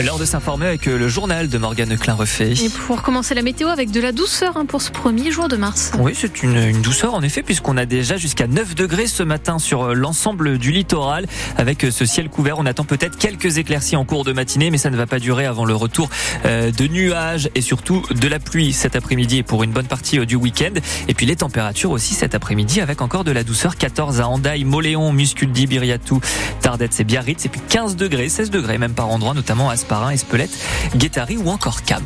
L'heure de s'informer avec le journal de Morgane Klein-Refait. Et pour commencer la météo avec de la douceur pour ce premier jour de mars. Oui, c'est une douceur en effet, puisqu'on a déjà jusqu'à 9 degrés ce matin sur l'ensemble du littoral. Avec ce ciel couvert, on attend peut-être quelques éclaircies en cours de matinée, mais ça ne va pas durer avant le retour de nuages et surtout de la pluie cet après-midi et pour une bonne partie du week-end. Et puis les températures aussi cet après-midi avec encore de la douceur. 14 à Hendaye, Moléon, Musculdi, Biriatou, Tardets et Biarritz. Et puis 15 degrés, 16 degrés même par endroit, notamment à Asparin, Espelette, Guétary ou encore Cam.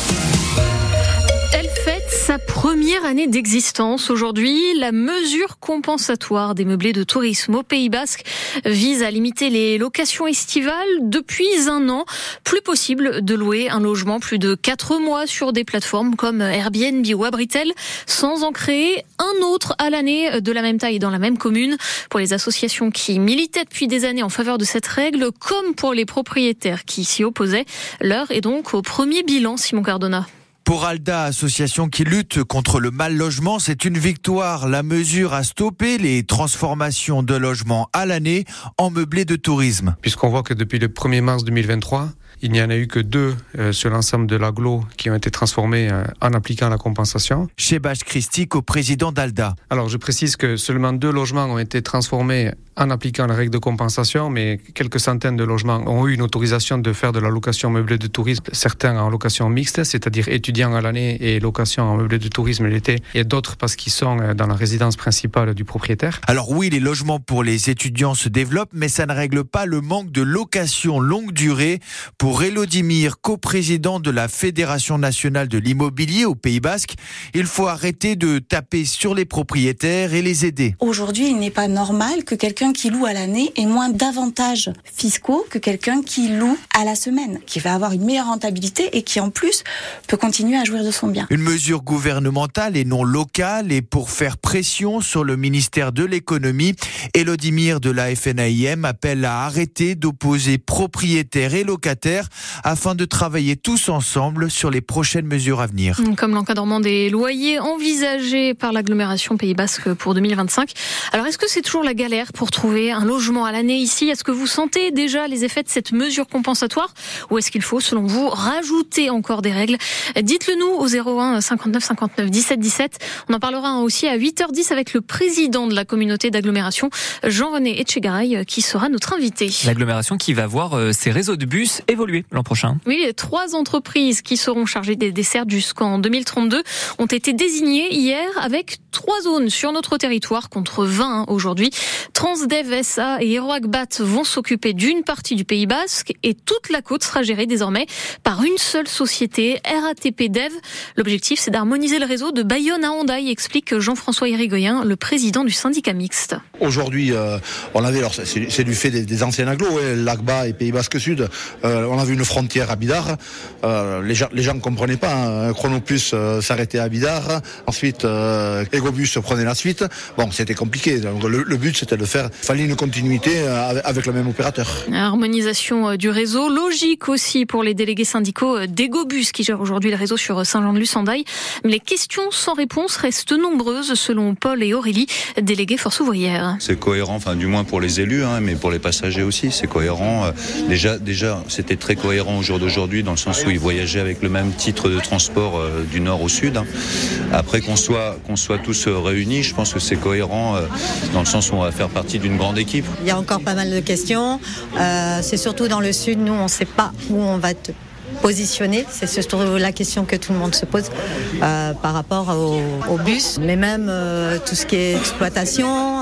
Elle fête sa première année d'existence. Aujourd'hui, la mesure compensatoire des meublés de tourisme au Pays Basque vise à limiter les locations estivales. Depuis un an, plus possible de louer un logement plus de 4 mois sur des plateformes comme Airbnb ou Abritel, sans en créer un autre à l'année de la même taille dans la même commune. Pour les associations qui militaient depuis des années en faveur de cette règle, comme pour les propriétaires qui s'y opposaient, l'heure est donc au premier bilan, Simon Cardona. Pour Alda, association qui lutte contre le mal logement, c'est une victoire. La mesure a stoppé les transformations de logements à l'année en meublés de tourisme. Puisqu'on voit que depuis le 1er mars 2023, il n'y en a eu que 2 sur l'ensemble de l'agglo qui ont été transformés en appliquant la compensation. Shebaj Christi, co-président d'Alda. Alors je précise que seulement 2 logements ont été transformés en appliquant la règle de compensation, mais quelques centaines de logements ont eu une autorisation de faire de la location meublée de tourisme, certains en location mixte, c'est-à-dire étudiants à l'année et location en meublé de tourisme l'été, et d'autres parce qu'ils sont dans la résidence principale du propriétaire. Alors oui, les logements pour les étudiants se développent, mais ça ne règle pas le manque de location longue durée. Pour Elodimir, coprésident de la Fédération nationale de l'immobilier au Pays Basque, il faut arrêter de taper sur les propriétaires et les aider. Aujourd'hui, il n'est pas normal que quelqu'un qui loue à l'année ait moins d'avantages fiscaux que quelqu'un qui loue à la semaine, qui va avoir une meilleure rentabilité et qui en plus peut continuer à jouir de son bien. Une mesure gouvernementale et non locale, et pour faire pression sur le ministère de l'économie, Elodimir de la FNAIM appelle à arrêter d'opposer propriétaires et locataires afin de travailler tous ensemble sur les prochaines mesures à venir. Comme l'encadrement des loyers envisagé par l'agglomération Pays Basque pour 2025. Alors est-ce que c'est toujours la galère pour trouver un logement à l'année ici ? Est-ce que vous sentez déjà les effets de cette mesure compensatoire ou est-ce qu'il faut, selon vous, rajouter encore des règles ? Dites-le nous au 01 59 59 17 17. On en parlera aussi à 8h10 avec le président de la communauté d'agglomération, Jean-René Etchegaray, qui sera notre invité. L'agglomération qui va voir ses réseaux de bus évoluer l'an prochain. Oui, les 3 entreprises qui seront chargées des dessertes jusqu'en 2032 ont été désignées hier avec 3 zones sur notre territoire contre 20 aujourd'hui. Transdev SA et Héroacbat vont s'occuper d'une partie du Pays Basque et toute la côte sera gérée désormais par une seule société, RATP Dev. L'objectif, c'est d'harmoniser le réseau de Bayonne à Hendaye, explique Jean-François Irigoyen, le président du syndicat mixte. Aujourd'hui, on avait, alors c'est du fait des anciens agglos, Lagba et Pays Basque Sud, on avait une frontière à Bidart. Les gens ne comprenaient pas. Chronoplus s'arrêtait à Bidart. Ensuite, Egobus prenait la suite. Bon, c'était compliqué. Donc, le but, c'était de faire. Il fallait une continuité avec le même opérateur. Harmonisation du réseau, logique aussi pour les délégués syndicaux d'Egobus qui gèrent aujourd'hui le réseau sur Saint-Jean-de-Luz-Hendaye. Mais les questions sans réponse restent nombreuses selon Paul et Aurélie, délégués Force ouvrière. C'est cohérent, enfin du moins pour les élus, mais pour les passagers aussi, c'est cohérent. Déjà, c'était très cohérent au jour d'aujourd'hui dans le sens où ils voyageaient avec le même titre de transport du nord au sud. Après qu'on soit tous réunis, je pense que c'est cohérent dans le sens où on va faire partie d'une grande équipe. Il y a encore pas mal de questions. C'est surtout dans le sud, nous on ne sait pas où on va être positionner, c'est surtout la question que tout le monde se pose par rapport au bus, mais même tout ce qui est exploitation.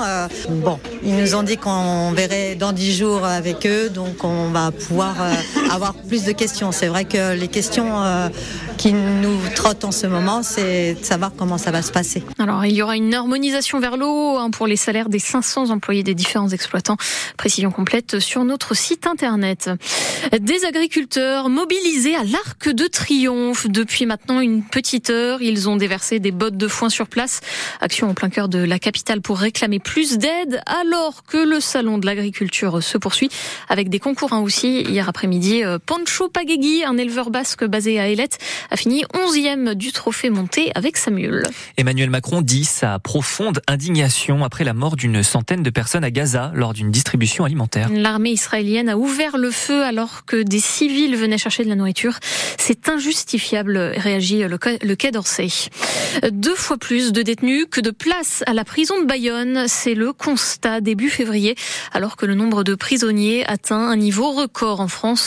Ils nous ont dit qu'on verrait dans 10 jours avec eux, donc on va pouvoir avoir plus de questions. C'est vrai que les questions qui nous trottent en ce moment, c'est de savoir comment ça va se passer. Alors, il y aura une harmonisation vers le haut pour les salaires des 500 employés des différents exploitants. Précision complète sur notre site internet. Des agriculteurs mobilisés à l'Arc de Triomphe. Depuis maintenant une petite heure, ils ont déversé des bottes de foin sur place. Action en plein cœur de la capitale pour réclamer plus plus d'aides alors que le salon de l'agriculture se poursuit avec des concours aussi. Hier après-midi, Pancho Pagegui, un éleveur basque basé à Ailette, a fini 11e du trophée monté avec sa mule. Emmanuel Macron dit sa profonde indignation après la mort d'une centaine de personnes à Gaza lors d'une distribution alimentaire. L'armée israélienne a ouvert le feu alors que des civils venaient chercher de la nourriture. C'est injustifiable, réagit le Quai d'Orsay. 2 fois plus de détenus que de places à la prison de Bayonne. C'est le constat début février, alors que le nombre de prisonniers atteint un niveau record en France.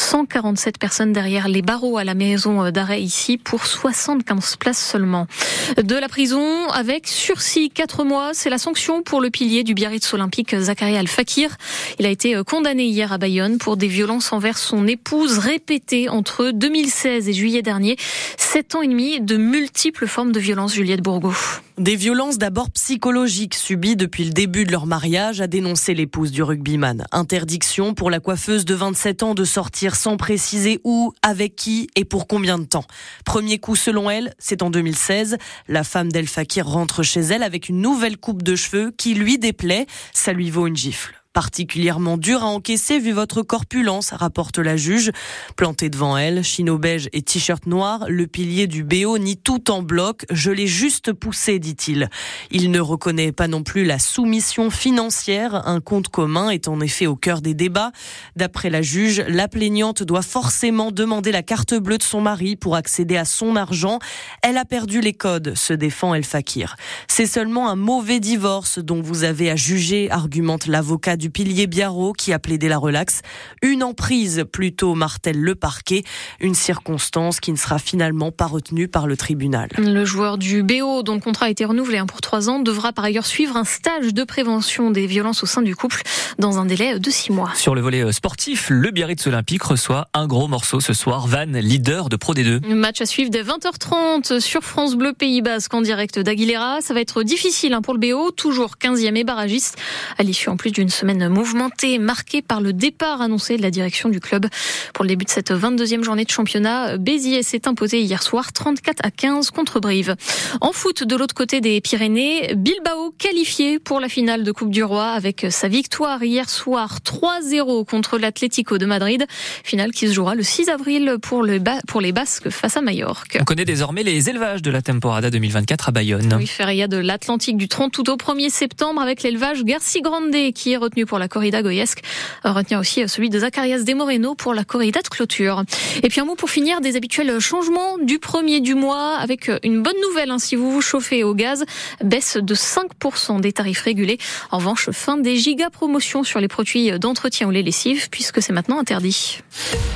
147 personnes derrière les barreaux à la maison d'arrêt ici pour 75 places seulement. De la prison avec sursis 4 mois, c'est la sanction pour le pilier du Biarritz olympique Zakaria Al-Fakir. Il a été condamné hier à Bayonne pour des violences envers son épouse répétées entre 2016 et juillet dernier. 7 ans et demi de multiples formes de violence, Juliette Bourgault. Des violences d'abord psychologiques subies depuis le début de leur mariage, a dénoncé l'épouse du rugbyman. Interdiction pour la coiffeuse de 27 ans de sortir sans préciser où, avec qui et pour combien de temps. Premier coup selon elle, c'est en 2016. La femme d'El Fakir rentre chez elle avec une nouvelle coupe de cheveux qui lui déplaît. Ça lui vaut une gifle. Particulièrement dur à encaisser vu votre corpulence, rapporte la juge. Planté devant elle, chino beige et t-shirt noir, le pilier du BO nie tout en bloc. Je l'ai juste poussé, dit-il. Il ne reconnaît pas non plus la soumission financière. Un compte commun est en effet au cœur des débats. D'après la juge, la plaignante doit forcément demander la carte bleue de son mari pour accéder à son argent. Elle a perdu les codes, se défend El Fakir. C'est seulement un mauvais divorce dont vous avez à juger, argumente l'avocat du pilier Biarrot qui a plaidé la relaxe. Une emprise plutôt, martèle le parquet, une circonstance qui ne sera finalement pas retenue par le tribunal. Le joueur du BO, dont le contrat a été renouvelé pour 3 ans, devra par ailleurs suivre un stage de prévention des violences au sein du couple dans un délai de 6 mois. Sur le volet sportif, le Biarritz Olympique reçoit un gros morceau ce soir. Vannes, leader de Pro D2. Match à suivre dès 20h30 sur France Bleu Pays Basque en direct d'Aguilera. Ça va être difficile pour le BO, toujours 15e et barragiste, à l'issue en plus d'une semaine mouvementée, marquée par le départ annoncé de la direction du club. Pour le début de cette 22e journée de championnat, Béziers s'est imposé hier soir 34-15 contre Brive. En foot, de l'autre côté des Pyrénées, Bilbao qualifié pour la finale de Coupe du Roi avec sa victoire hier soir 3-0 contre l'Atlético de Madrid. Finale qui se jouera le 6 avril pour les Basques face à Majorque. On connaît désormais les élevages de la Temporada 2024 à Bayonne. Oui, feria de l'Atlantique du 30 août au 1er septembre avec l'élevage Garci Grande qui est retenu pour la corrida goyesque. Retenir aussi celui de Zacarias de Moreno pour la corrida de clôture. Et puis un mot pour finir des habituels changements du 1er du mois avec une bonne nouvelle si vous vous chauffez au gaz, baisse de 5% des tarifs régulés. En revanche, fin des giga promotions sur les produits d'entretien ou les lessives puisque c'est maintenant interdit.